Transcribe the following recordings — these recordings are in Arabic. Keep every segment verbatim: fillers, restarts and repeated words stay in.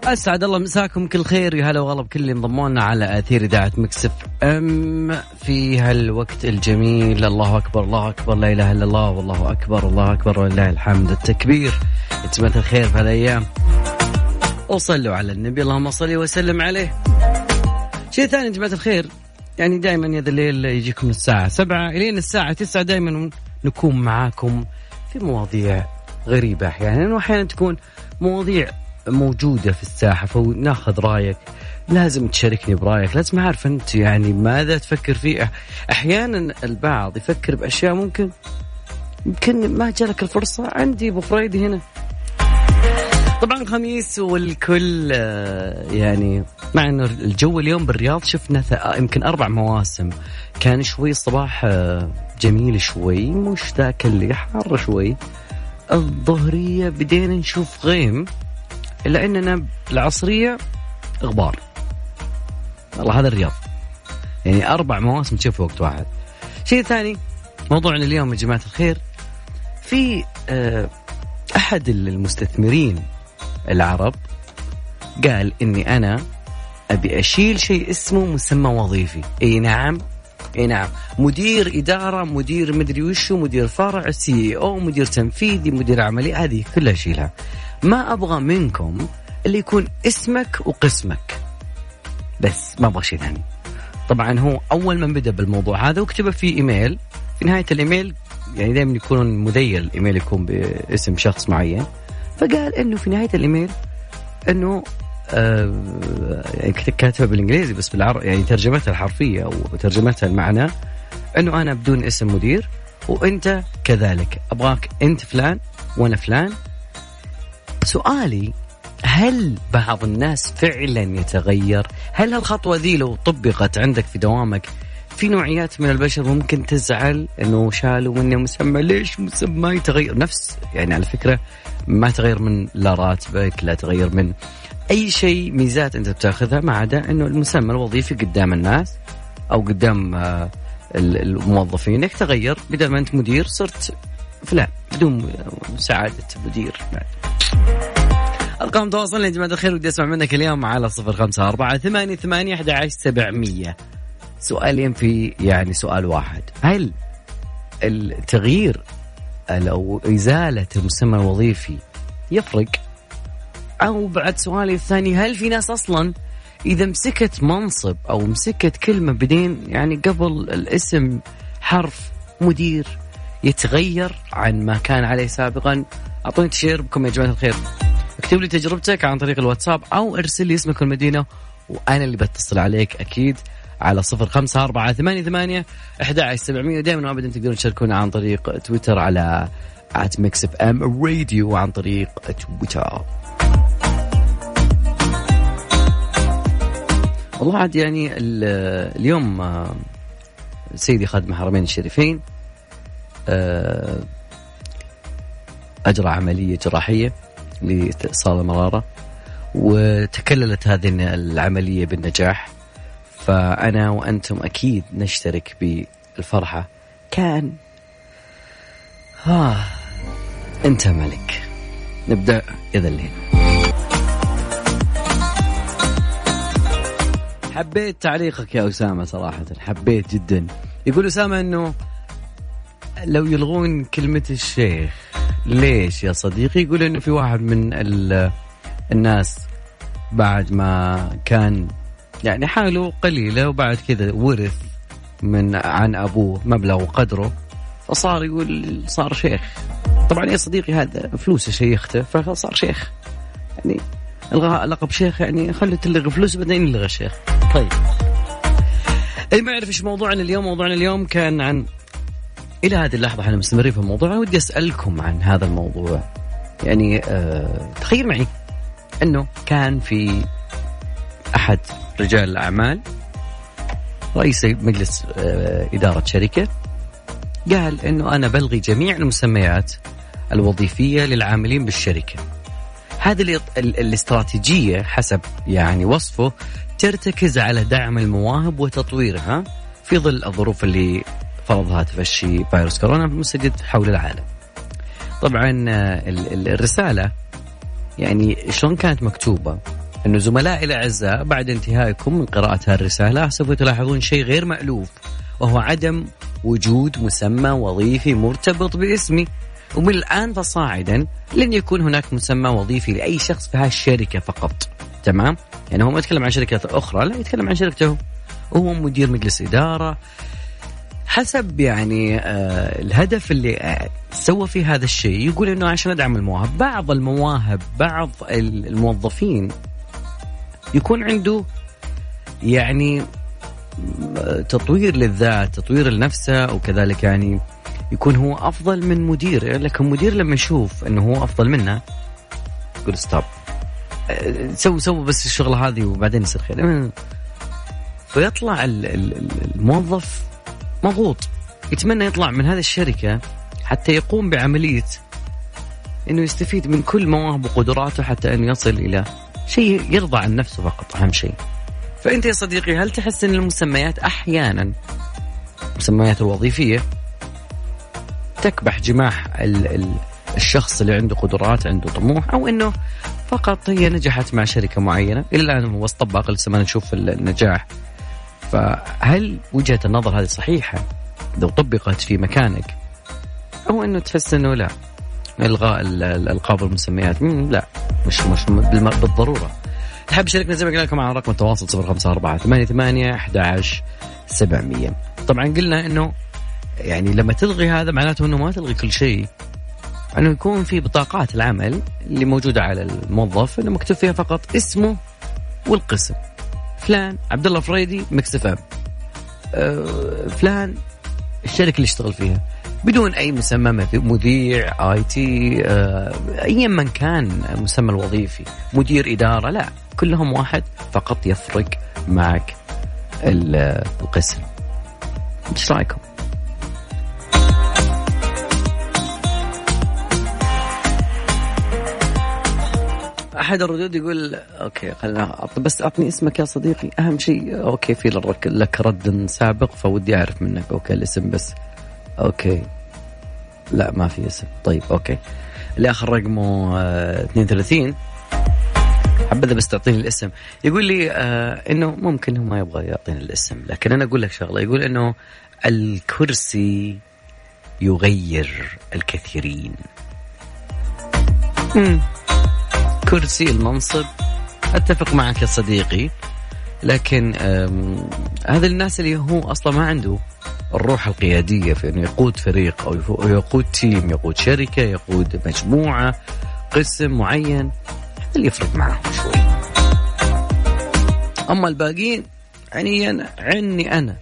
أسعد الله مساكم كل خير، يا هلا وغلا بكل اللي انضموا لنا على أثير إذاعة مكسف أم في هالوقت الجميل. الله أكبر الله أكبر لا إله إلا الله والله أكبر الله أكبر ولله الحمد. التكبير يا جماعة الخير في هالأيام، وصلوا على النبي اللهم صل وسلم عليه. شيء ثاني يا جماعة الخير، يعني دائما يا ذا الليل يجيكم الساعة سبعة إلين الساعة تسعة دائما نكون معاكم في مواضيع غريبة أحيانا، وأحيانا تكون مواضيع موجودة في الساحة فناخذ رأيك. لازم تشاركني برأيك، لازم أعرف أنت يعني ماذا تفكر فيه. أحيانا البعض يفكر بأشياء ممكن يمكن ما جالك الفرصة. عندي أبو فريدي هنا طبعا خميس والكل يعني، مع أنه الجو اليوم بالرياض شفنا يمكن أربع مواسم. كان شوي الصباح جميل شوي، مش ذاك اللي حار شوي. الظهرية بدينا نشوف غيم، إلا أننا العصرية غبار. والله هذا الرياض، يعني أربع مواسم تشوف وقت واحد. شيء ثاني، موضوعنا اليوم يا جماعة الخير، في أحد المستثمرين العرب قال إني أنا أبي أشيل شيء اسمه مسمى وظيفي. إيه نعم إيه نعم مدير إدارة، مدير مدري وشو، مدير فرع، سي أو، مدير تنفيذي، مدير عملي، هذه كلها شيلها. ما أبغى منكم اللي يكون اسمك وقسمك بس، ما أبغى شيء ثاني. طبعا هو أول من بدأ بالموضوع هذا وكتبه في إيميل، في نهاية الإيميل يعني دائما يكون مذيل الإيميل يكون باسم شخص معين، فقال إنه في نهاية الإيميل إنه آه يعني كاتبه بالإنجليزي بس بالعربي، يعني ترجمتها الحرفية أو ترجمتها المعنى إنه أنا بدون اسم مدير وأنت كذلك، أبغاك أنت فلان وأنا فلان. سؤالي، هل بعض الناس فعلا يتغير؟ هل هالخطوة ذي لو طبقت عندك في دوامك في نوعيات من البشر ممكن تزعل انه شالوا مني مسمى؟ ليش مسمى يتغير؟ نفس يعني على فكرة ما تغير من لا راتبك، لا تغير من اي شيء، ميزات انت بتاخذها، ما عدا انه المسمى الوظيفي قدام الناس او قدام الموظفين انك تغير. بدل ما انت مدير صرت فلان بدون مساعدة مدير. أرقام تواصلنا يا جماعة الخير، ودي أسمع منك اليوم على صفر خمسة أربعة ثمانية ثمانية أحد عشر سبعمية. سؤالين في يعني سؤال واحد، هل التغيير أو إزالة المسمى الوظيفي يفرق؟ أو بعد سؤالي الثاني، هل في ناس أصلا إذا مسكت منصب أو مسكت كلمة بدين يعني قبل الاسم حرف مدير يتغير عن ما كان عليه سابقا؟ أعطوني تشير بكم يا جماعة الخير، اكتب لي تجربتك عن طريق الواتساب أو ارسل لي اسمك والمدينة وأنا اللي بتصل عليك أكيد على صفر خمسة أربعة ثمانية ثمانية أحد عشر سبعمية. ودائما وأبدا تقدرون تشاركونا عن طريق تويتر على آت ميكس إف إم راديو وعن طريق تويتر. والله عاد يعني اليوم سيدي خادم الحرمين الشريفين أجرى عملية جراحية لإصالة مرارة، وتكللت هذه العملية بالنجاح، فأنا وأنتم أكيد نشترك بالفرحة. كان آه أنت ملك. نبدأ إذا الليل. حبيت تعليقك يا أسامة صراحة، حبيت جدا. يقول أسامة أنه لو يلغون كلمة الشيخ ليش يا صديقي؟ يقول إنه في واحد من الناس بعد ما كان يعني حاله قليلة وبعد كذا ورث من عن أبوه مبلغ وقدره، فصار يقول صار شيخ. طبعا يا صديقي هذا فلوسه شيخته فصار شيخ، يعني الغاء لقب شيخ يعني خلت تلغي فلوس بعدين يلغى الشيخ. طيب اللي ما يعرف إيش موضوعنا اليوم، موضوعنا اليوم كان عن إلى هذه اللحظة احنا مستمرين في الموضوع. أنا ودي أسألكم عن هذا الموضوع. يعني أه تخيل معي أنه كان في أحد رجال الأعمال رئيس مجلس أه إدارة شركة قال أنه أنا بلغي جميع المسميات الوظيفية للعاملين بالشركة. هذه الاستراتيجية حسب يعني وصفه ترتكز على دعم المواهب وتطويرها في ظل الظروف اللي فرضها تفشي فيروس كورونا المستجد حول العالم. طبعا الرسالة يعني شلون كانت مكتوبة أنه زملائي الأعزاء بعد انتهائكم من قراءة هالرسالة سوف تلاحظون شيء غير مألوف، وهو عدم وجود مسمى وظيفي مرتبط باسمي. ومن الآن فصاعدا لن يكون هناك مسمى وظيفي لأي شخص في هالشركة فقط. تمام؟ يعني هو ما يتكلم عن شركات أخرى، لا يتكلم عن شركته، وهو مدير مجلس إدارة حسب يعني آه الهدف اللي آه سوى في هذا الشيء. يقول إنه عشان أدعم المواهب. بعض المواهب بعض الموظفين يكون عنده يعني تطوير للذات، تطوير لنفسه، وكذلك يعني يكون هو أفضل من مدير. لكن مدير لما يشوف إنه هو أفضل منه يقول ستوب، سوي سوي بس الشغلة هذه وبعدين يصير خير. فيطلع الموظف مضغوط، يتمنى يطلع من هذه الشركة حتى يقوم بعملية إنه يستفيد من كل مواهب وقدراته حتى أن يصل إلى شيء يرضى عن نفسه فقط، أهم شيء. فأنت يا صديقي هل تحس أن المسميات أحيانا المسميات الوظيفية تكبح جماح ال ال الشخص اللي عنده قدرات، عنده طموح، أو أنه فقط هي نجحت مع شركة معينة إلى الآن هو طبق لسه ما نشوف النجاح؟ فهل وجهة النظر هذه صحيحة لو طبقت في مكانك، أو أنه تحس أنه لا إلغاء الألقاب والمسميات لا مش مش بالضرورة؟ تحب شاركنا زي ما قلنا لكم على رقم التواصل صفر خمسة أربعة ثمانية ثمانية أحد عشر سبعمية. طبعا قلنا إنه يعني لما تلغي هذا معناته إنه ما تلغي كل شيء، إنه يكون في بطاقات العمل اللي موجودة على الموظف إنه مكتوب فيها فقط اسمه والقسم، فلان عبد الله فريدي ميكس اف ام، أه فلان الشركة اللي يشتغل فيها، بدون أي مسمى مذيع اي تي أه أي من كان مسمى الوظيفي، مدير إدارة، لا كلهم واحد فقط، يفرق معك القسم. ايش رأيكم؟ أحد الردود يقول أوكي خلنا بس أعطني اسمك يا صديقي أهم شيء. أوكي في لك رد سابق فودي أعرف منك. أوكي الاسم بس. أوكي لا ما في اسم. طيب أوكي اللي آخر رقمه اه اثنين وثلاثين حبذا بس تعطيني الاسم. يقول لي اه إنه ممكن هو ما يبغى يعطيني الاسم، لكن أنا أقول لك شغلة. يقول إنه الكرسي يغير الكثيرين. مم. كرسي المنصب أتفق معك يا صديقي، لكن هذا الناس اللي هو أصلا ما عنده الروح القيادية في أنه يقود فريق أو يقود تيم، يقود شركة، يقود مجموعة، قسم معين، هذا اللي يفرق معهم شوي. أما الباقين يعني أنا عني أنا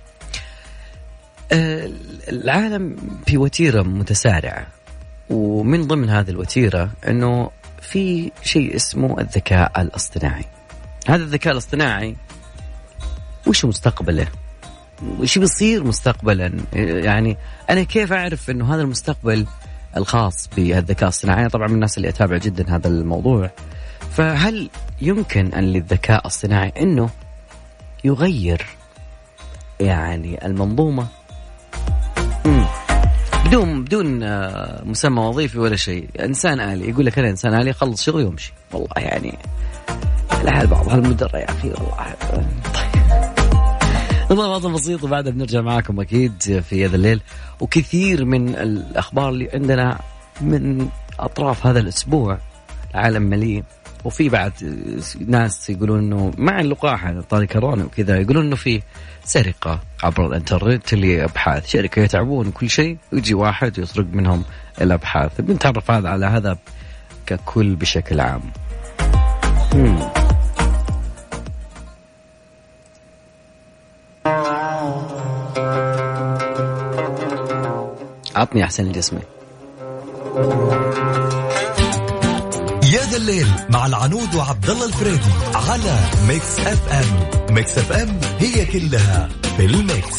العالم في وتيرة متسارعة، ومن ضمن هذه الوتيرة أنه في شيء اسمه الذكاء الاصطناعي. هذا الذكاء الاصطناعي وش مستقبله؟ وش بيصير مستقبلا؟ يعني أنا كيف أعرف أنه هذا المستقبل الخاص بالذكاء الاصطناعي؟ طبعا من الناس اللي أتابع جدا هذا الموضوع. فهل يمكن أن للذكاء الاصطناعي أنه يغير يعني المنظومة مم. بدون بدون مسمى وظيفي ولا شيء؟ إنسان آلي يقول لك أنا إنسان آلي، خلص شغل ويمشي. والله يعني على بعض هالمدرة يا أخي والله. طيب والله بسيطة. بعد بنرجع معاكم أكيد في هذا الليل، وكثير من الأخبار اللي عندنا من أطراف هذا الأسبوع. العالم مليء، وفي بعد ناس يقولون إنه مع اللقاح طاري كورونا وكذا يقولون إنه في سرقة عبر الانترنت اللي أبحاث شركة يتعبون كل شيء، ويجي واحد يسرق منهم الأبحاث. بنتعرف هذا على هذا ككل بشكل عام. مم. عطني أحسن الجسمي. يا ذا الليل مع العنود وعبد الله الفريدي على ميكس اف ام. ميكس اف ام هي كلها بالميكس.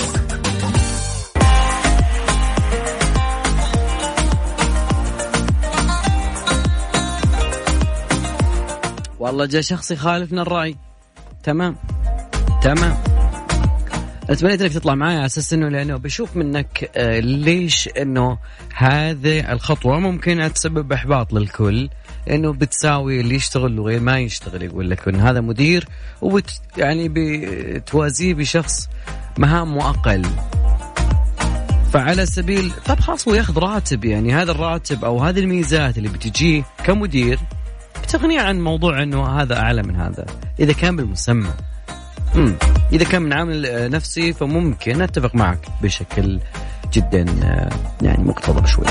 والله جاء شخص يخالفنا الرأي. تمام تمام أتمنى أنك تطلع معي على أساس أنه لأنه بشوف منك آه ليش أنه هذه الخطوة ممكن تسبب إحباط للكل، انه بتساوي اللي يشتغل وغير ما يشتغل. يقول لك ان هذا مدير وبت يعني بتوازيه بشخص مهامه اقل، فعلى سبيل طب خلاص هو ياخذ راتب، يعني هذا الراتب او هذه الميزات اللي بتجيه كمدير بتغنيه عن موضوع انه هذا اعلى من هذا اذا كان بالمسمى. امم اذا كان من عامل نفسي فممكن اتفق معك بشكل جدا يعني مقتضب شوي.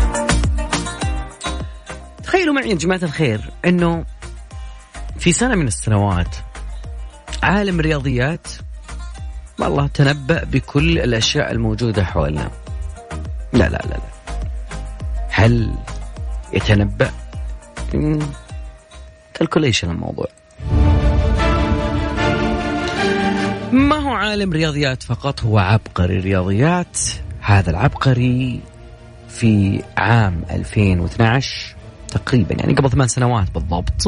تخيلوا معي يا جماعة الخير انه في سنة من السنوات عالم رياضيات والله تنبأ بكل الاشياء الموجودة حولنا. لا لا لا لا هل يتنبأ؟ كالكوليشن الموضوع. ما هو عالم رياضيات فقط، هو عبقري رياضيات. هذا العبقري في عام ألفين واثني عشر تقريبا، يعني قبل ثمان سنوات بالضبط،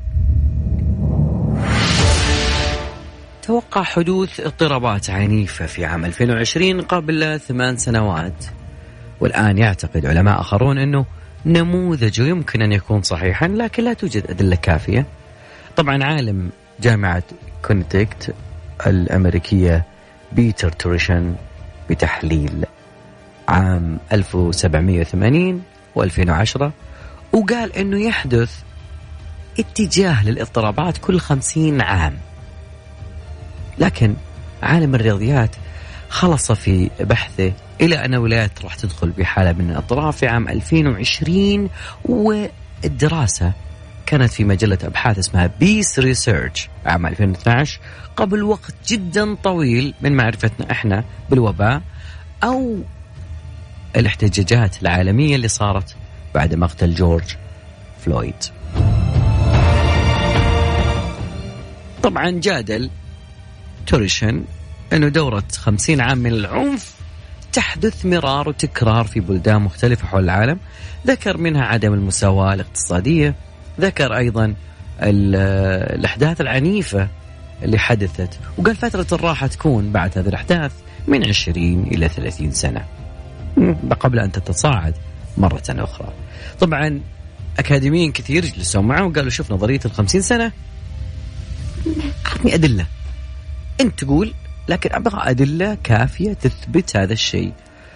توقع حدوث اضطرابات عنيفة في عام ألفين وعشرين قبل ثمان سنوات. والآن يعتقد علماء آخرون أنه نموذجه يمكن أن يكون صحيحا، لكن لا توجد أدلة كافية. طبعا عالم جامعة كونتكت الأمريكية بيتر توريشن بتحليل عام ألف وسبعمائة وثمانين وألفين وعشرة وقال أنه يحدث اتجاه للاضطرابات كل خمسين عام. لكن عالم الرياضيات خلص في بحثه إلى أن الولايات راح تدخل بحالة من الاضطراب في عام ألفين وعشرين، والدراسة كانت في مجلة أبحاث اسمها بيس ريسيرش عام ألفين واثني عشر، قبل وقت جدا طويل من معرفتنا إحنا بالوباء أو الاحتجاجات العالمية اللي صارت بعد مقتل جورج فلويد. طبعا جادل توريشن أنه دورة خمسين عام من العنف تحدث مرار وتكرار في بلدان مختلفة حول العالم، ذكر منها عدم المساواة الاقتصادية، ذكر أيضا الأحداث العنيفة اللي حدثت، وقال فترة الراحة تكون بعد هذه الأحداث من عشرين إلى ثلاثين سنة قبل أن تتصاعد مرة أخرى. طبعا أكاديميين كثير جلسوا معه وقالوا شوف نظرية الخمسين سنة أعطني أدلة، أنت تقول لكن أبغى أدلة كافية تثبت هذا الشيء.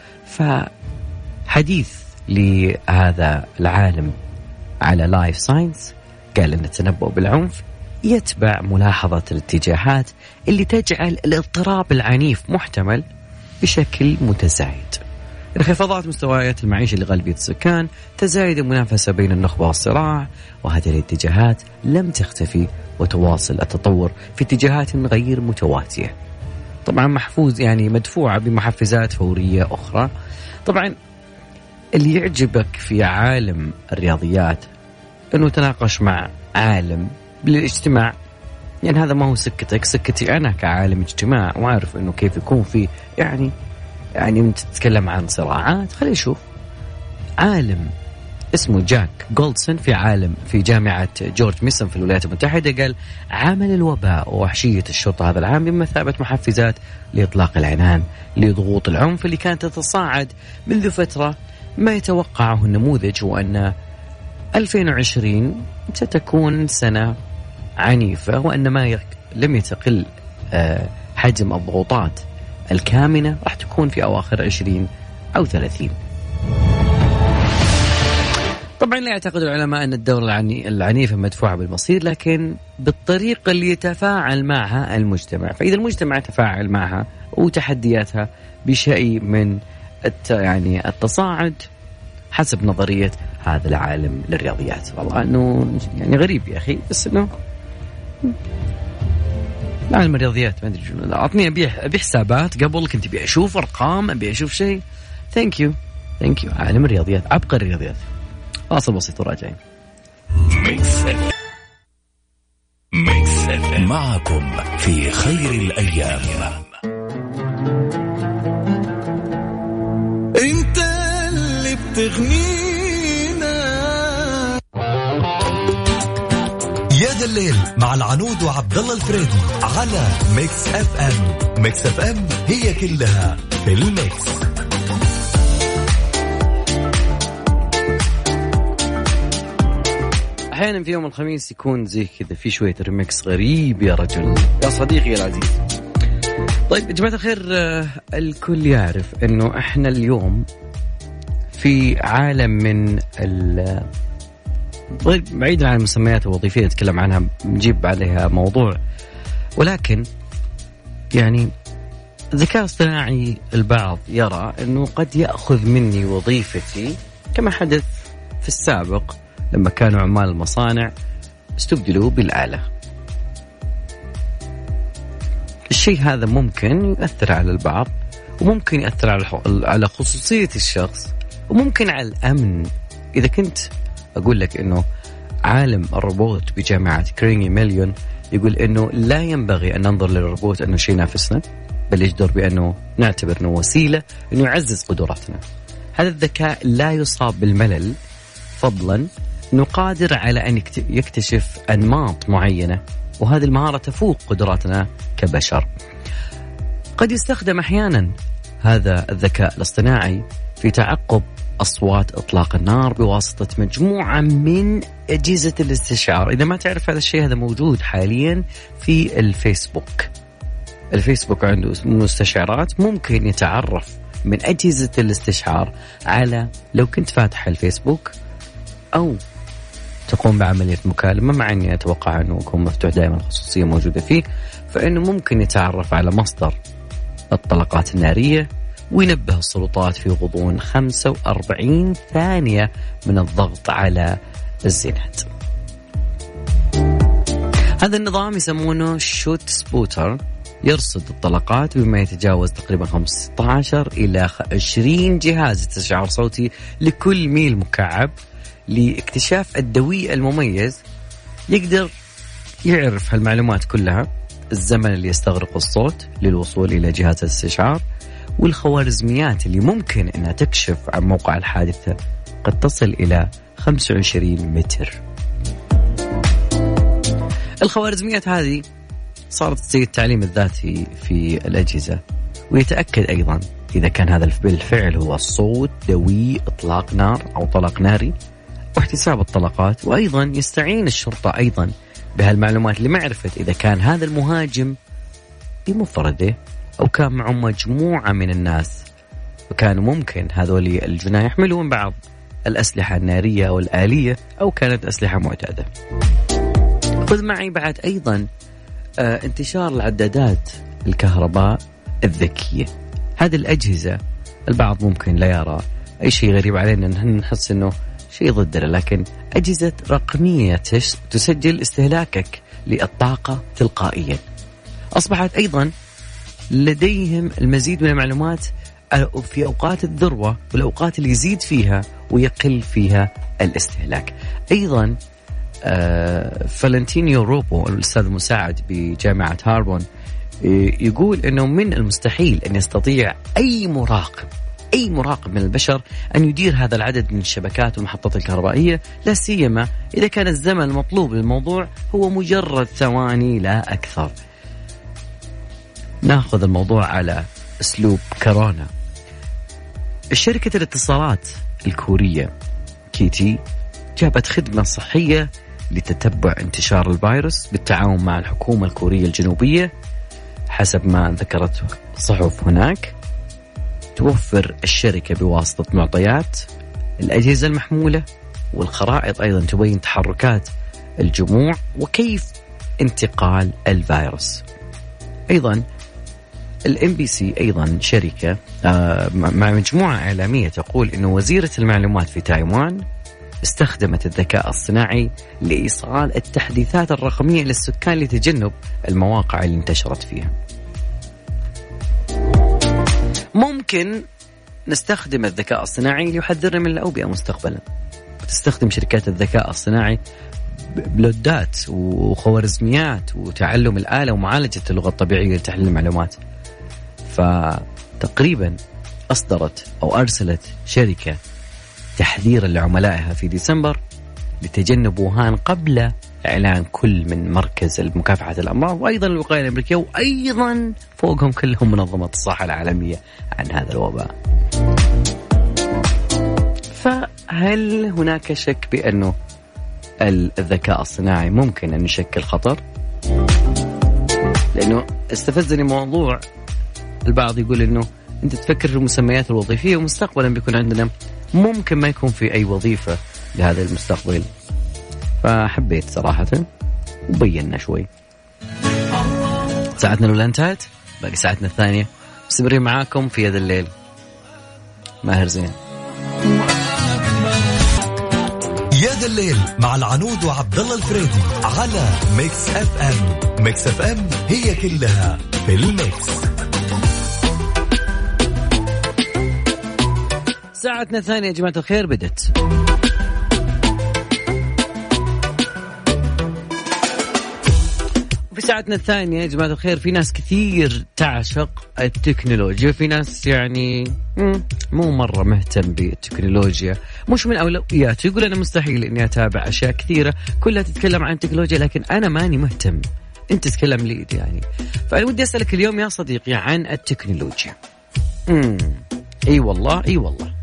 فحديث لهذا العالم على لايف ساينس قال أن التنبؤ بالعنف يتبع ملاحظة الاتجاهات اللي تجعل الاضطراب العنيف محتمل بشكل متزايد. انخفاضات مستويات المعيشة لغالبية السكان، تزايد المنافسة بين النخبة والصراع، وهذه الاتجاهات لم تختفي وتواصل التطور في اتجاهات غير متواتية. طبعا محفوظ يعني مدفوعة بمحفزات فورية أخرى. طبعا اللي يعجبك في عالم الرياضيات أنه تناقش مع عالم بالاجتماع، يعني هذا ما هو سكتك، سكتي أنا كعالم اجتماع وعارف أنه كيف يكون في يعني يعني من تتكلم عن صراعات. خلينا نشوف عالم اسمه جاك جولدسون في عالم في جامعة جورج ميسون في الولايات المتحدة، قال عمل الوباء ووحشية الشرطة هذا العام بمثابة محفزات لإطلاق العنان لضغوط العنف اللي كانت تتصاعد منذ فترة. ما يتوقعه النموذج هو أن ألفين وعشرين ستكون سنة عنيفة، وأن ما لم يتقل حجم الضغوطات الكامنة راح تكون في أواخر عشرين أو ثلاثين. طبعا لا يعتقد العلماء أن الدورة العنيفة مدفوعة بالمصير، لكن بالطريقة اللي يتفاعل معها المجتمع. فإذا المجتمع تفاعل معها وتحدياتها بشيء من الت يعني التصاعد حسب نظرية هذا العالم للرياضيات. والله أنه يعني غريب يا أخي، بس أنه عالم الرياضيات ما أدري شو. أعطني أبي أبي حسابات قبل، كنت أبي أشوف أرقام، أبي أشوف شيء. ثانك يو ثانك يو عالم الرياضيات، عبقري الرياضيات. فاصل بسيط وراجعين. معكم في خير الأيام. انت اللي بتغنينا يا ذا الليل مع العنود وعبد الله الفريدي على ميكس اف ام. ميكس اف ام هي كلها في الميكس. أحيانا في يوم الخميس يكون زي كذا في شوية ريمكس غريب يا رجل يا صديقي العزيز. طيب يا جماعة الخير، الكل يعرف أنه إحنا اليوم في عالم من ال بعيدا عن المسميات الوظيفية نتكلم عنها نجيب عليها موضوع، ولكن يعني الذكاء الاصطناعي البعض يرى أنه قد يأخذ مني وظيفتي كما حدث في السابق لما كانوا عمال المصانع استبدلوا بالآلة. الشيء هذا ممكن يؤثر على البعض، وممكن يؤثر على على خصوصية الشخص، وممكن على الأمن. إذا كنت أقول لك أنه عالم الروبوت بجامعة كرينغي ميلون يقول أنه لا ينبغي أن ننظر للروبوت أنه شيء ينافسنا، بل يجدر بأنه نعتبر أنه وسيلة أنه يعزز قدراتنا. هذا الذكاء لا يصاب بالملل، فضلا أنه قادر على أن يكتشف أنماط معينة، وهذه المهارة تفوق قدراتنا كبشر. قد يستخدم أحيانا هذا الذكاء الاصطناعي في تعقب أصوات إطلاق النار بواسطة مجموعة من أجهزة الاستشعار. إذا ما تعرف هذا الشيء، هذا موجود حاليا في الفيسبوك. الفيسبوك عنده مستشعرات ممكن يتعرف من أجهزة الاستشعار على لو كنت فاتح الفيسبوك أو تقوم بعملية مكالمة، مع أني أتوقع أنه يكون مفتوح دائما الخصوصية موجودة فيه، فإنه ممكن يتعرف على مصدر الطلقات النارية وينبه السلطات في غضون خمسة وأربعين ثانية من الضغط على الزينات. هذا النظام يسمونه شوت سبوتر، يرصد الطلقات بما يتجاوز تقريبا خمسة عشر إلى عشرين جهاز استشعار صوتي لكل ميل مكعب لاكتشاف الدوي المميز. يقدر يعرف هالمعلومات كلها، الزمن اللي يستغرق الصوت للوصول إلى جهاز الاستشعار، والخوارزميات اللي ممكن أنها تكشف عن موقع الحادثة قد تصل إلى خمسة وعشرين متر. الخوارزميات هذه صارت زي التعليم الذاتي في الأجهزة، ويتأكد أيضا إذا كان هذا بالفعل هو الصوت دوي إطلاق نار أو طلق ناري، واحتساب الطلقات. وأيضا يستعين الشرطة أيضا بهالمعلومات لمعرفة إذا كان هذا المهاجم بمفرده أو كان معه مجموعة من الناس، وكانوا ممكن هذول الجناة يحملون بعض الأسلحة النارية أو الآلية، أو كانت أسلحة معتادة. خذ معي بعد أيضا آه انتشار العدادات الكهرباء الذكية. هذه الأجهزة البعض ممكن لا يرى أي شيء غريب علينا، نحس أنه شيء ضدنا، لكن أجهزة رقمية تسجل استهلاكك للطاقة تلقائيا. أصبحت أيضا لديهم المزيد من المعلومات في أوقات الذروة والأوقات اللي يزيد فيها ويقل فيها الاستهلاك. أيضا آه فالنتينيو روبو الأستاذ المساعد بجامعة هارفارد يقول أنه من المستحيل أن يستطيع أي مراقب أي مراقب من البشر أن يدير هذا العدد من الشبكات والمحطات الكهربائية، لا سيما إذا كان الزمن المطلوب للموضوع هو مجرد ثواني لا أكثر. ناخذ الموضوع على أسلوب كورونا. الشركة الاتصالات الكورية كيتي جابت خدمة صحية لتتبع انتشار الفيروس بالتعاون مع الحكومة الكورية الجنوبية. حسب ما ذكرت صحف هناك، توفر الشركة بواسطة معطيات الأجهزة المحمولة والخرائط أيضا تبين تحركات الجموع وكيف انتقال الفيروس. أيضا الام بي سي أيضا شركة مع مجموعة إعلامية تقول إنه وزيرة المعلومات في تايوان استخدمت الذكاء الصناعي لإيصال التحديثات الرقمية للسكان لتجنب المواقع اللي انتشرت فيها. ممكن نستخدم الذكاء الصناعي ليحذرنا من الأوبئة مستقبلا. تستخدم شركات الذكاء الصناعي بلودات وخوارزميات وتعلم الآلة ومعالجة اللغة الطبيعية لتحليل المعلومات. فتقريبا أصدرت أو أرسلت شركة تحذيرا لعملائها في ديسمبر لتجنب ووهان قبل إعلان كل من مركز مكافحة الأمراض وأيضا الوقاية الأمريكية وأيضا فوقهم كلهم منظمة الصحة العالمية عن هذا الوباء. فهل هناك شك بأنه الذكاء الصناعي ممكن أن يشكل خطر؟ لأنه استفزني موضوع البعض يقول أنه أنت تفكر في المسميات الوظيفية ومستقبلا بيكون عندنا ممكن ما يكون في أي وظيفة لهذا المستقبل. فحبيت صراحة وبينا شوي. ساعتنا الأولى انتهت، باقي ساعتنا الثانية مستمرين معاكم في هذا الليل. ماهر زين. يا ذا الليل مع العنود وعبد الله الفريدي على ميكس اف ام. ميكس اف ام هي كلها في الميكس. ساعتنا الثانية يا جماعة الخير بدت. وفي ساعتنا الثانية يا جماعة الخير في ناس كثير تعشق التكنولوجيا، في ناس يعني مو مرة مهتم بالتكنولوجيا، مش من أولوياته، يقول أنا مستحيل إني أتابع أشياء كثيرة كلها تتكلم عن التكنولوجيا لكن أنا ماني مهتم، أنت تتكلم لي يعني. فأنا ودي أسألك اليوم يا صديقي عن التكنولوجيا. امم اي والله اي والله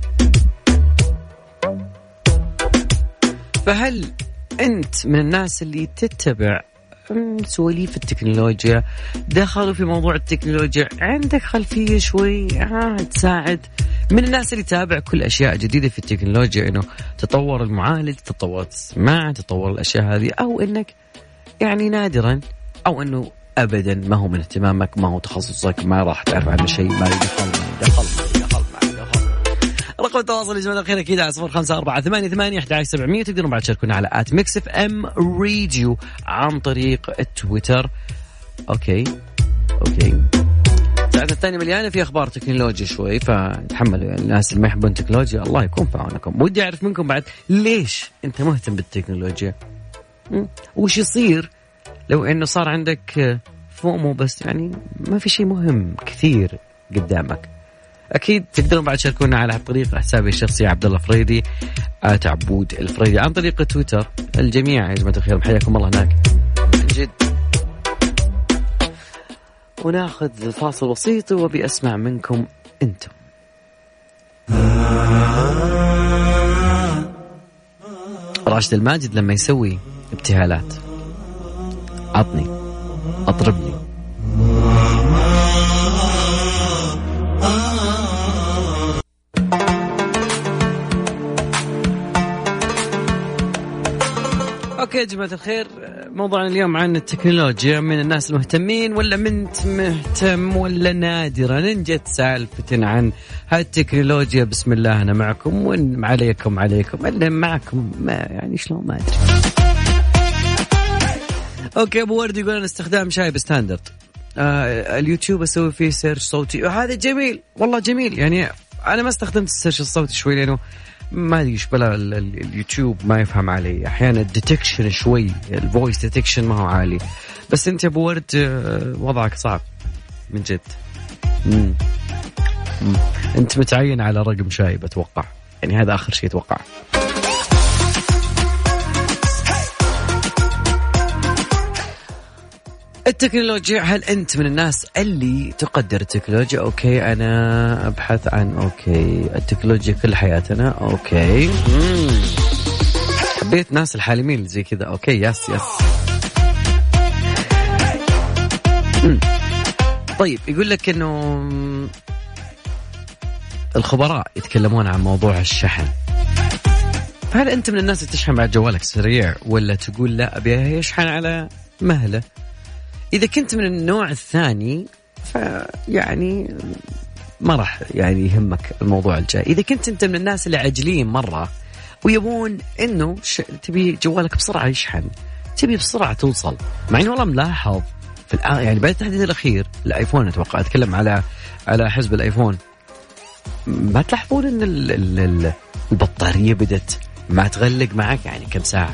فهل أنت من الناس اللي تتبع سواليف التكنولوجيا، دخلوا في موضوع التكنولوجيا، عندك خلفية شوي ها تساعد، من الناس اللي تابع كل أشياء جديدة في التكنولوجيا، إنه تطور المعالج، تطور السماعة، تطور الأشياء هذه، أو إنك يعني نادرا، أو إنه أبدا ما هو من اهتمامك، ما هو تخصصك، ما راح تعرف عنه شيء، ما يدخل ما يدخل ما يدخل ما يدخل. رقم التواصل يا جماعة الخير أكيد على صفر خمسة أربعة ثمانية ثمانية أحد عشر سبعمية. تقدرون بعد تشاركونا على آت ميكس اف ام راديو عن طريق التويتر. أوكي أوكي ساعتنا الثانية مليانة في أخبار تكنولوجيا شوي، فتحملوا يعني الناس اللي ما يحبون التكنولوجيا الله يكون في عونكم. ودي أعرف منكم بعد ليش أنت مهتم بالتكنولوجيا، وش يصير لو إنه صار عندك فومو بس يعني ما في شيء مهم كثير قدامك. أكيد تقدرون بعد تشاركونا على طريق حسابي الشخصي عبد الله فريدي آت عبود الفريدي، عن طريق تويتر. الجميع يا جماعة الخير حياكم الله هناك من جد. وناخذ فاصل بسيط وبي أسمع منكم أنتم. راشد الماجد لما يسوي ابتهالات عطني أطربني. اوكي يا جماعة الخير، موضوعنا اليوم عن التكنولوجيا، من الناس المهتمين ولا منت مهتم ولا نادرا. إن جت سالفة عن هالتكنولوجيا بسم الله أنا معكم، وإن عليكم عليكم اللي معكم ما يعني شلون ما أدري. اوكي ابو ورد يقول انا استخدام شايب ستاندرد، آه اليوتيوب اسوي فيه سيرش صوتي، هذا جميل والله جميل. يعني انا ما استخدمت السيرش الصوتي شوي لانه ما ادري ايش بلا اليوتيوب ما يفهم علي احيانا، الديتكشن شوي الفويس ديتكشن ما هو عالي. بس انت ابو ورد وضعك صعب من جد. مم. مم. انت متعين على رقم شايب اتوقع، يعني هذا اخر شيء اتوقع. التكنولوجيا، هل أنت من الناس اللي تقدر التكنولوجيا؟ أوكي أنا أبحث عن أوكي التكنولوجيا كل حياتنا. أوكي مم. حبيت ناس الحالمين اللي زي كذا. أوكي يس يس مم. طيب يقول لك إنه الخبراء يتكلمون عن موضوع الشحن. هل أنت من الناس اللي تشحن بعد جوالك سريع، ولا تقول لا أبي يشحن على مهله؟ إذا كنت من النوع الثاني فيعني ما راح يعني يهمك الموضوع الجاي. إذا كنت أنت من الناس اللي عجلين مرة ويبون إنه ش... تبي جوالك بسرعة يشحن، تبي بسرعة توصل، مع إنه والله ملاحظ في الآ... يعني بعد التحديث الأخير الآيفون، أتوقع أتكلم على على حزب الآيفون، ما تلاحظون إن ال... ال... البطارية بدت ما تغلق معك يعني كم ساعة.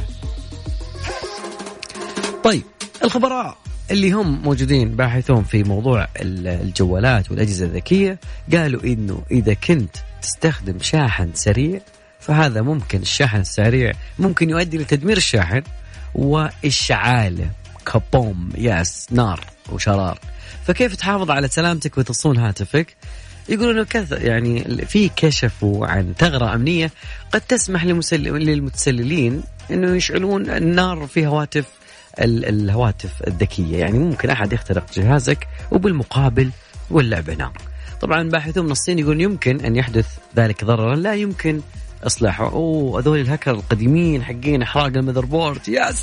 طيب الخبراء اللي هم موجودين باحثون في موضوع الجوالات والأجهزة الذكية قالوا إنه إذا كنت تستخدم شاحن سريع فهذا ممكن، الشاحن السريع ممكن يؤدي لتدمير الشاحن وإشعاله كبوم ياس نار وشرار. فكيف تحافظ على سلامتك وتصون هاتفك؟ يقولون كذا يعني في كشفوا عن ثغرة أمنية قد تسمح للمتسللين إنه يشعلون النار في هواتف الهواتف الذكية. يعني ممكن أحد يخترق جهازك وبالمقابل واللعبة نار. طبعا باحثون من الصين يقولون يمكن أن يحدث ذلك ضررا لا يمكن إصلاحه. أوه هذول الهكر القديمين حقين إحراق المذر بورد. يس.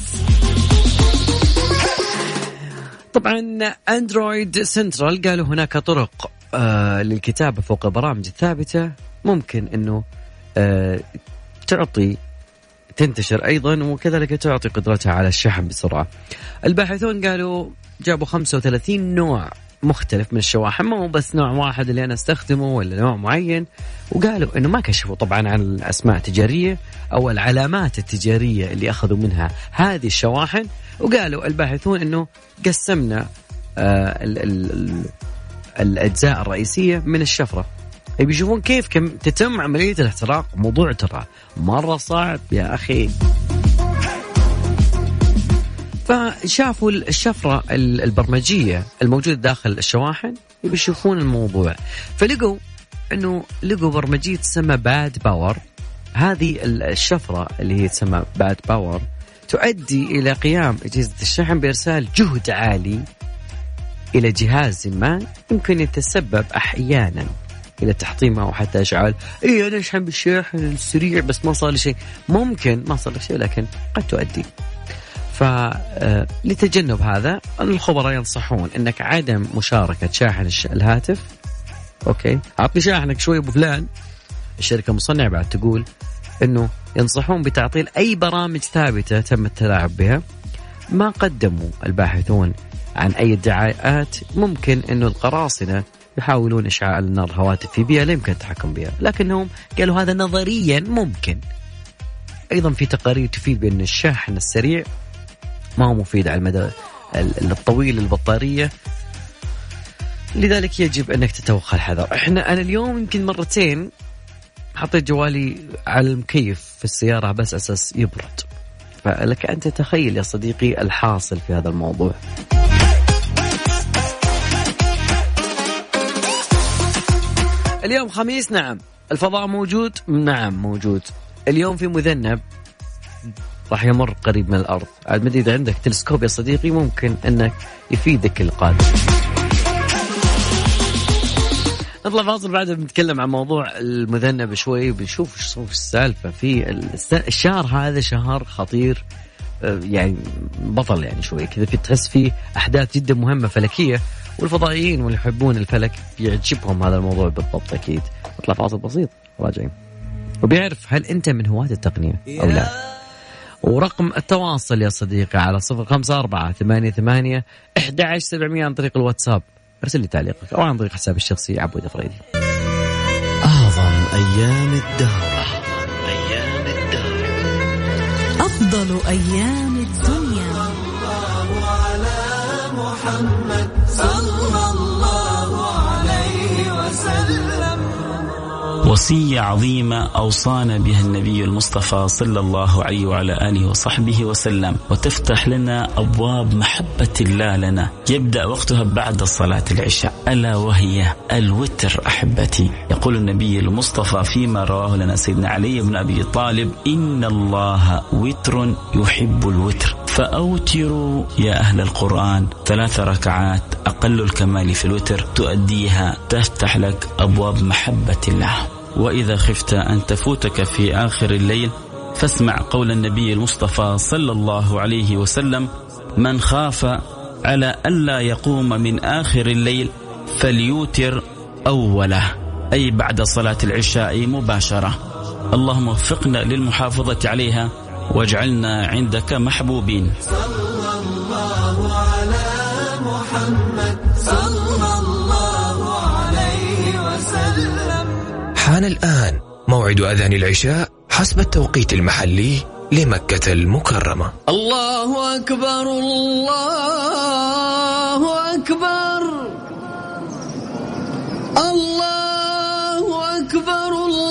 طبعا أندرويد سنترال قالوا هناك طرق آه للكتابة فوق البرامج الثابتة ممكن أنه آه تعطي تنتشر أيضا وكذلك تعطي قدرتها على الشحن بسرعة. الباحثون قالوا جابوا خمسة وثلاثين نوع مختلف من الشواحن، مو بس نوع واحد اللي أنا استخدمه ولا نوع معين، وقالوا إنه ما كشفوا طبعا عن الأسماء التجارية أو العلامات التجارية اللي أخذوا منها هذه الشواحن. وقالوا الباحثون إنه قسمنا آه ال ال ال الأجزاء الرئيسية من الشفرة، بيشوفون كيف كم تتم عملية الاحتراق. موضوع ترى مرة صعب يا أخي. فشافوا الشفرة البرمجية الموجودة داخل الشواحن بيشوفون الموضوع، فلقوا أنه لقوا برمجية تسمى باد باور. هذه الشفرة اللي هي تسمى باد باور تؤدي إلى قيام أجهزة الشحن بإرسال جهد عالي إلى جهاز ما يمكن يتسبب أحيانا إلى تحطيمه أو حتى إشعال. إيه أنا أشحن بالشاحن السريع بس ما صار لي شيء. ممكن ما صار لي شيء لكن قد تؤدي. فلتجنب هذا الخبراء ينصحون أنك عدم مشاركة شاحن الهاتف. أوكي أعطني شاحنك شوي أبو فلان. الشركة المصنعة بعد تقول أنه ينصحون بتعطيل أي برامج ثابتة تم التلاعب بها. ما قدموا الباحثون عن أي ادعاءات ممكن أنه القراصنة يحاولون إشعاع النار هواتف في بيئة لا يمكن التحكم بها، لكنهم قالوا هذا نظريا ممكن. أيضا في تقارير تفيد بأن الشاحن السريع ما هو مفيد على المدى الطويل للبطارية، لذلك يجب أنك تتوخى الحذر. إحنا أنا اليوم يمكن مرتين حطيت جوالي على المكيف في السيارة بس أساس يبرد، فلك أن تتخيل يا صديقي الحاصل في هذا الموضوع. اليوم خميس، نعم. الفضاء موجود، نعم موجود. اليوم في مذنب راح يمر قريب من الأرض. عاد مدري إذا عندك تلسكوب يا صديقي ممكن أنك يفيدك القادم. نطلع فاصل بعد بنتكلم عن موضوع المذنب شوي وبنشوف ايش صوف السالفة في الشهر هذا. شهر خطير يعني بطل يعني شوي كذا، في تحس فيه أحداث جدا مهمة فلكية، والفضائيين واللي يحبون الفلك بيعجبهم هذا الموضوع بالضبط أكيد. نطلع فاصل بسيط راجعين وبيعرف هل أنت من هواة التقنية أو لا. ورقم التواصل يا صديقي على صفر خمسة أربعة ثمانية ثمانية أحد عشر سبعمية عن طريق الواتساب. ارسل لي تعليقك أو عن طريق حسابي الشخصي عبود فريدي. أعظم أيام الدهر، أيام الدهر، أفضل أيام الدنيا. الله على محمد صلى الله عليه وسلم. وصية عظيمة أوصانا بها النبي المصطفى صلى الله عليه وعلى آله وصحبه وسلم، وتفتح لنا أبواب محبة الله لنا. يبدأ وقتها بعد صلاة العشاء، ألا وهي الوتر. أحبتي، يقول النبي المصطفى فيما رواه لنا سيدنا علي بن أبي طالب: إن الله وتر يحب الوتر، فأوتروا يا أهل القرآن. ثلاث ركعات أقل الكمال في الوتر تؤديها تفتح لك أبواب محبة الله. وإذا خفت أن تفوتك في آخر الليل فاسمع قول النبي المصطفى صلى الله عليه وسلم: من خاف على ألا يقوم من آخر الليل فليوتر أوله، أي بعد صلاة العشاء مباشرة. اللهم وفقنا للمحافظة عليها واجعلنا عندك محبوبين. صلى الله على محمد صلى الله عليه وسلم. حان الآن موعد أذان العشاء حسب التوقيت المحلي لمكة المكرمة. الله أكبر، الله أكبر، الله أكبر،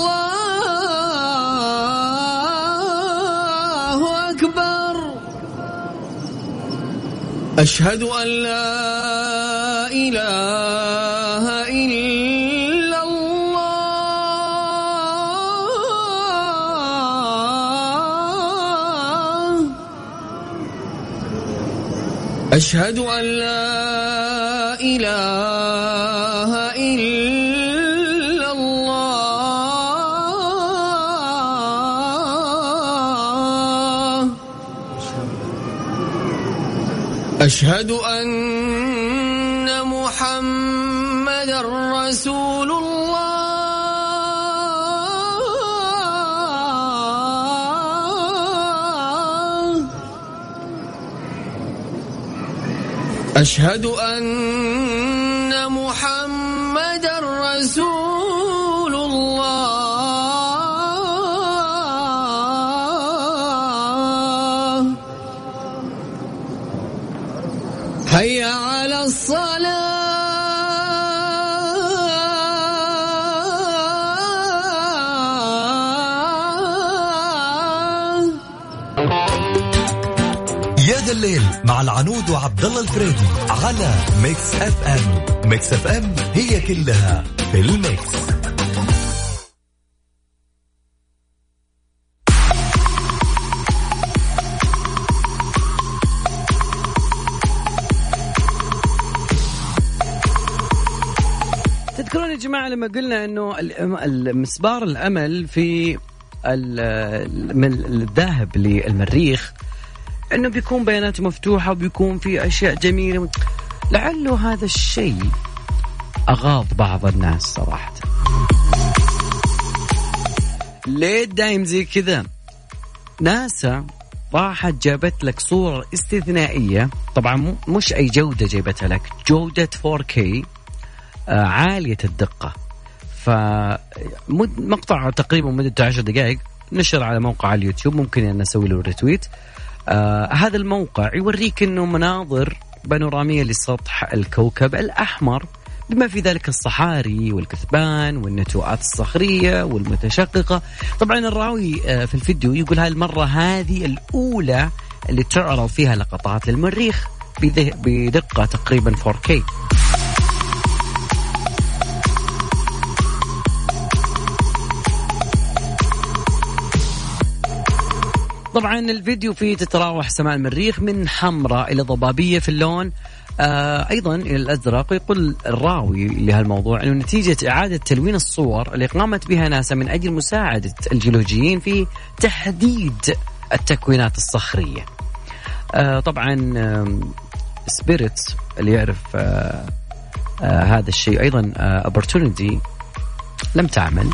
الله أكبر. أشهد أن لا إله إلا الله. أشهد أن لا إله إلا الله أشهد أن محمدًا رسول الله أشهد أن محمدًا رسول الله حي على الصلاة يا ذا الليل مع العنود وعبد الله الفريدي على ميكس اف ام. ميكس اف ام هي كلها في الميكس. تذكرون يا جماعة لما قلنا انه المسبار الامل في الذاهب للمريخ انه بيكون بياناته مفتوحة وبيكون في اشياء جميلة، لعله هذا الشيء اغاض بعض الناس صراحة. ليه دايم زي كذا؟ ناسا راحت جابت لك صورة استثنائية، طبعا مش اي جودة جايبتها لك، جودة فور كي عالية الدقة. فمقطع تقريبا مدته عشر دقائق نشر على موقع اليوتيوب، ممكن أن نسوي له ريتويت. آه هذا الموقع يوريك أنه مناظر بانورامية لسطح الكوكب الأحمر، بما في ذلك الصحاري والكثبان والنتوءات الصخرية والمتشققة. طبعا الراوي آه في الفيديو يقول هاي المرة هذه الأولى اللي تعرض فيها لقطات للمريخ بدقة تقريبا فور كي. طبعا الفيديو فيه تتراوح سماء المريخ من حمراء إلى ضبابية في اللون، آه أيضا إلى الأزرق. يقول الراوي لهالموضوع أنه نتيجة إعادة تلوين الصور اللي قامت بها ناسا من أجل مساعدة الجيولوجيين في تحديد التكوينات الصخرية. آه طبعا آه سبيريت اللي يعرف آه آه هذا الشيء أيضا آه opportunity لم تعمل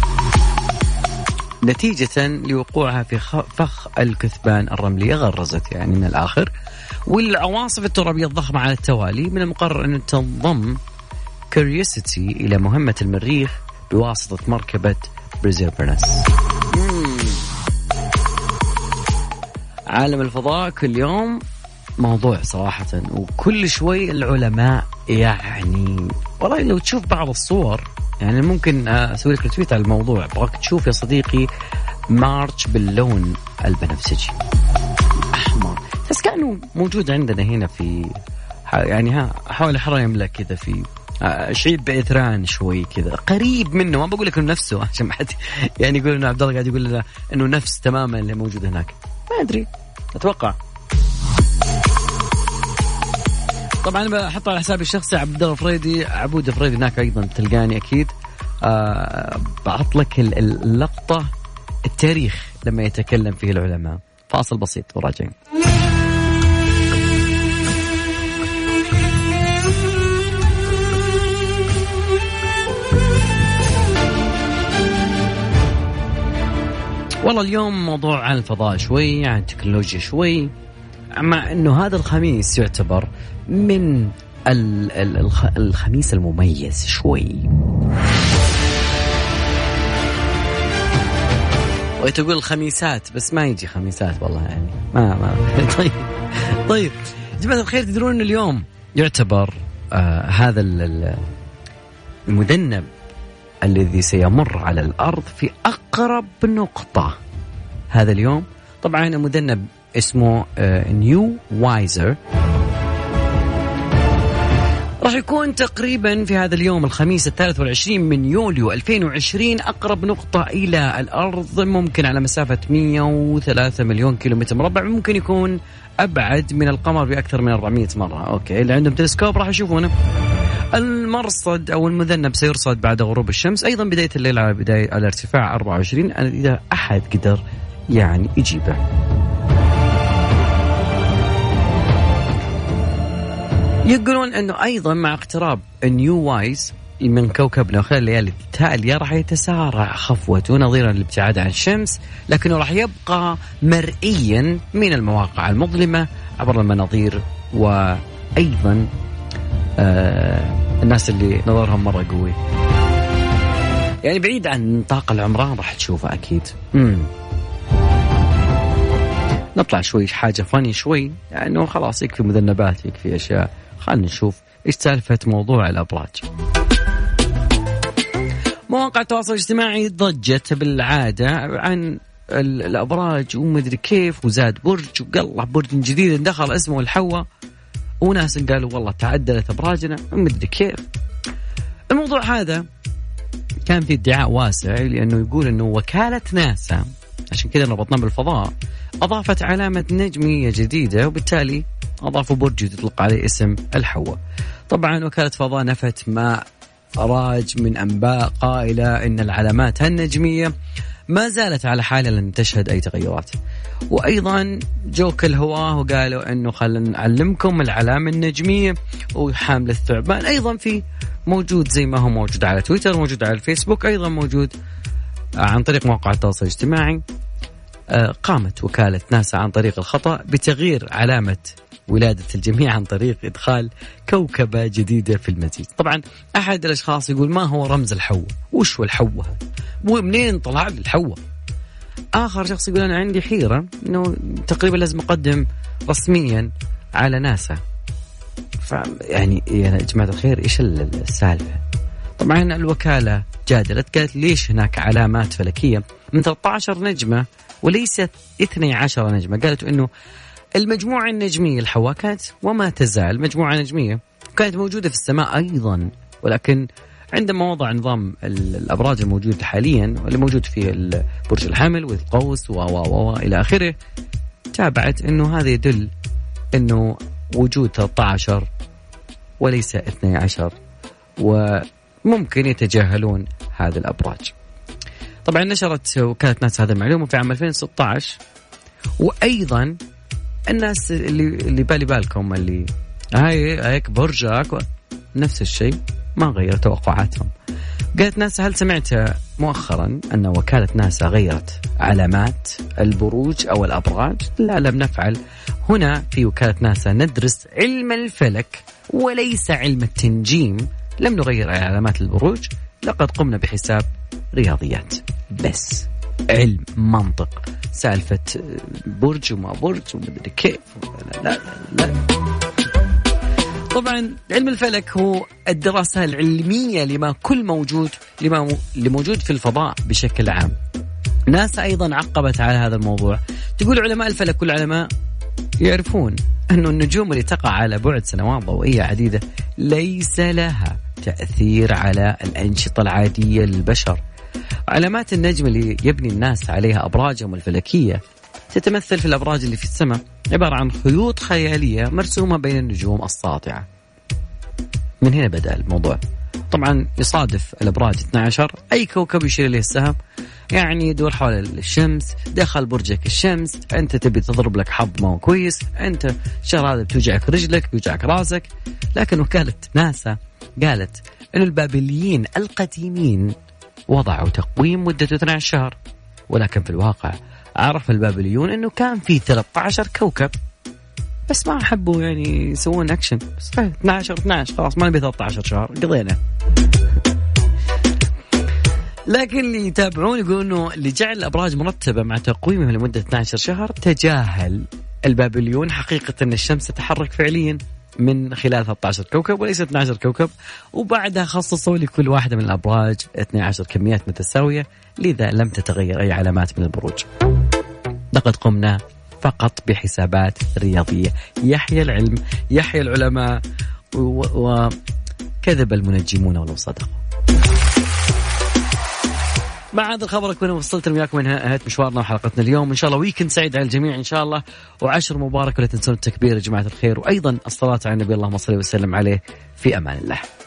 نتيجة لوقوعها في فخ الكثبان الرملية، غرزت يعني من الآخر. والعواصف الترابية الضخمة على التوالي من المقرر أن تنضم كيوريوسيتي إلى مهمة المريخ بواسطة مركبة برسيفيرنس. عالم الفضاء كل يوم موضوع صراحة، وكل شوي العلماء يعني والله لو تشوف بعض الصور يعني ممكن أسوي لك تويت على الموضوع، أبغاك تشوف يا صديقي مارش باللون البنفسجي أحمر، بس كأنه موجود عندنا هنا في يعني ها حول حرام لك كذا في شعيب بإثران شوي كذا قريب منه. ما بقول لك إنه نفسه عشان ما حد يعني يقول إنه عبد الله قاعد يقول لنا إنه نفس تماما اللي موجود هناك، ما أدري أتوقع. طبعا بحط على حسابي الشخصي عبد الله فريدي، عبود فريدي هناك ايضا تلقاني اكيد. أه بعط لك اللقطه التاريخ لما يتكلم فيه العلماء. فاصل بسيط وراجعين. والله اليوم موضوع عن الفضاء شوي، عن التكنولوجيا شوي، مع انه هذا الخميس يعتبر من الخميس المميز شوي. وتقول الخميسات بس ما يجي خميسات والله يعني ما ما طيب طيب جماعة الخير، تدرون ان اليوم يعتبر آه هذا المذنب الذي سيمر على الأرض في أقرب نقطة هذا اليوم. طبعا المذنب اسمه نيو وايزر، راح يكون تقريبا في هذا اليوم الخميس الثالث والعشرين من يوليو ألفين وعشرين أقرب نقطة إلى الأرض ممكن على مسافة مئة وثلاثة مليون كيلومتر مربع. ممكن يكون أبعد من القمر بأكثر من أربعمئة مرة. أوكي، اللي عندهم تلسكوب راح يشوفونه. المرصد أو المذنب سيرصد بعد غروب الشمس، أيضا بداية الليل على بداية على ارتفاع أربعة وعشرين. إذا أحد قدر يعني يجيبه. يقولون أنه أيضا مع اقتراب نيو وايز من كوكبنا خلال الليالي التالية راح يتسارع خفوته نظيرا للابتعاد عن الشمس، لكنه راح يبقى مرئيا من المواقع المظلمة عبر المناظير، وأيضا آه الناس اللي نظرهم مرة قوي يعني بعيد عن نطاق العمران راح تشوفه أكيد. مم. نطلع شوي حاجة فاني شوي لأنه يعني خلاص يكفي مذنبات يكفي أشياء. خلنا نشوف إيش سالفة موضوع الأبراج. مواقع التواصل الاجتماعي ضجت بالعادة عن الأبراج ومدري كيف، وزاد برج وقلع برج جديد دخل اسمه الحوة، وناس قالوا والله تعدلت أبراجنا ومدري كيف. الموضوع هذا كان في ادعاء واسع لأنه يقول أنه وكالة ناسا، عشان كذا ربطنا بالفضاء، أضافت علامة نجمية جديدة وبالتالي أضافوا برج يطلق عليه اسم الحوة. طبعا وكالة فضاء نفت ما راج من أنباء قائلة أن العلامات النجمية ما زالت على حالها لن تشهد أي تغيرات. وأيضا جوك الهواء وقالوا أنه خلنا نعلمكم العلامة النجمية وحامل الثعبان أيضا في موجود زي ما هو موجود على تويتر، موجود على الفيسبوك، أيضا موجود عن طريق مواقع التواصل الاجتماعي. قامت وكالة ناسا عن طريق الخطأ بتغيير علامة ولادة الجميع عن طريق إدخال كوكبة جديدة في المزيد. طبعا أحد الأشخاص يقول ما هو رمز الحوة؟ وش هو الحوة؟ ومنين طلع لي الحوة؟ آخر شخص يقول أنا عندي حيرة إنه تقريبا لازم أقدم رسميا على ناسا. فيعني يا جماعة الخير إيش السالفة؟ طبعا الوكالة جادلت قالت ليش هناك علامات فلكية من ثلاثة عشر نجمة وليست اثنتي عشرة نجمة. قالت إنه المجموعة النجمية الحواء كانت وما تزال مجموعة نجمية كانت موجودة في السماء أيضا، ولكن عندما وضع نظام الأبراج الموجود حاليا واللي موجود في برج الحمل والقوس و و و إلى آخره، تابعت إنه هذا يدل إنه وجود ثلاثة عشر وليس اثنتي عشر، وممكن يتجاهلون هذه الأبراج. طبعا نشرت وكالة ناسا هذه المعلومة في عام ألفين وستة عشر. وأيضا الناس اللي اللي بالي بالكم اللي هاي هيك برجك نفس الشيء ما غير توقعاتهم. قالت ناسا هل سمعت مؤخرا أن وكالة ناسا غيرت علامات البروج أو الأبراج؟ لا لم نفعل. هنا في وكالة ناسا ندرس علم الفلك وليس علم التنجيم. لم نغير علامات البروج، لقد قمنا بحساب رياضيات بس، علم منطق سالفة برج وما برج ومدري كيف. لا لا لا. طبعا علم الفلك هو الدراسة العلمية لما كل موجود لما اللي موجود في الفضاء بشكل عام. ناسا أيضا عقبت على هذا الموضوع، تقول علماء الفلك والعلماء يعرفون أن النجوم اللي تقع على بعد سنوات ضوئية عديدة ليس لها تأثير على الأنشطة العادية للبشر. علامات النجم اللي يبني الناس عليها أبراجهم الفلكية تتمثل في الأبراج اللي في السماء، عبارة عن خيوط خيالية مرسومة بين النجوم الساطعة. من هنا بدأ الموضوع. طبعا يصادف الأبراج اثنتي عشر أي كوكب يشير إليه السهم، يعني يدور حول الشمس، دخل برجك الشمس، أنت تبي تضرب لك حظ ما هو كويس، أنت شهر هذا بتوجعك رجلك بيوجعك راسك. لكن وكالة ناسا قالت إنه البابليين القديمين وضعوا تقويم مدته اثني عشر شهر، ولكن في الواقع عرف البابليون إنه كان في ثلاثة عشر كوكب بس ما حبوا يعني يسوون أكشن. بس اثني عشر اثني عشر خلاص ما نبي ثلاثة عشر شهر قضينا. لكن اللي يتابعون يقولون إنه اللي جعل الأبراج مرتبة مع تقويمهم لمدة اثني عشر شهر تجاهل البابليون حقيقة أن الشمس تتحرك فعليا من خلال ثلاثة عشر كوكب وليس اثني عشر كوكب، وبعدها خصصوا لكل واحدة من الأبراج اثنتي عشرة كميات متساوية، لذا لم تتغير أي علامات من البروج. لقد قمنا فقط بحسابات رياضية. يحيى العلم، يحيى العلماء. وكذب المنجمون ولو صدقوا. مع هذا الخبر أكون وصلت وياكم من نهاية مشوارنا وحلقتنا اليوم. إن شاء الله ويكند سعيد على الجميع إن شاء الله، وعشر مبارك، ولا تنسون التكبير يا جماعة الخير، وأيضا الصلاة على النبي اللهم صل وسلم عليه. في أمان الله.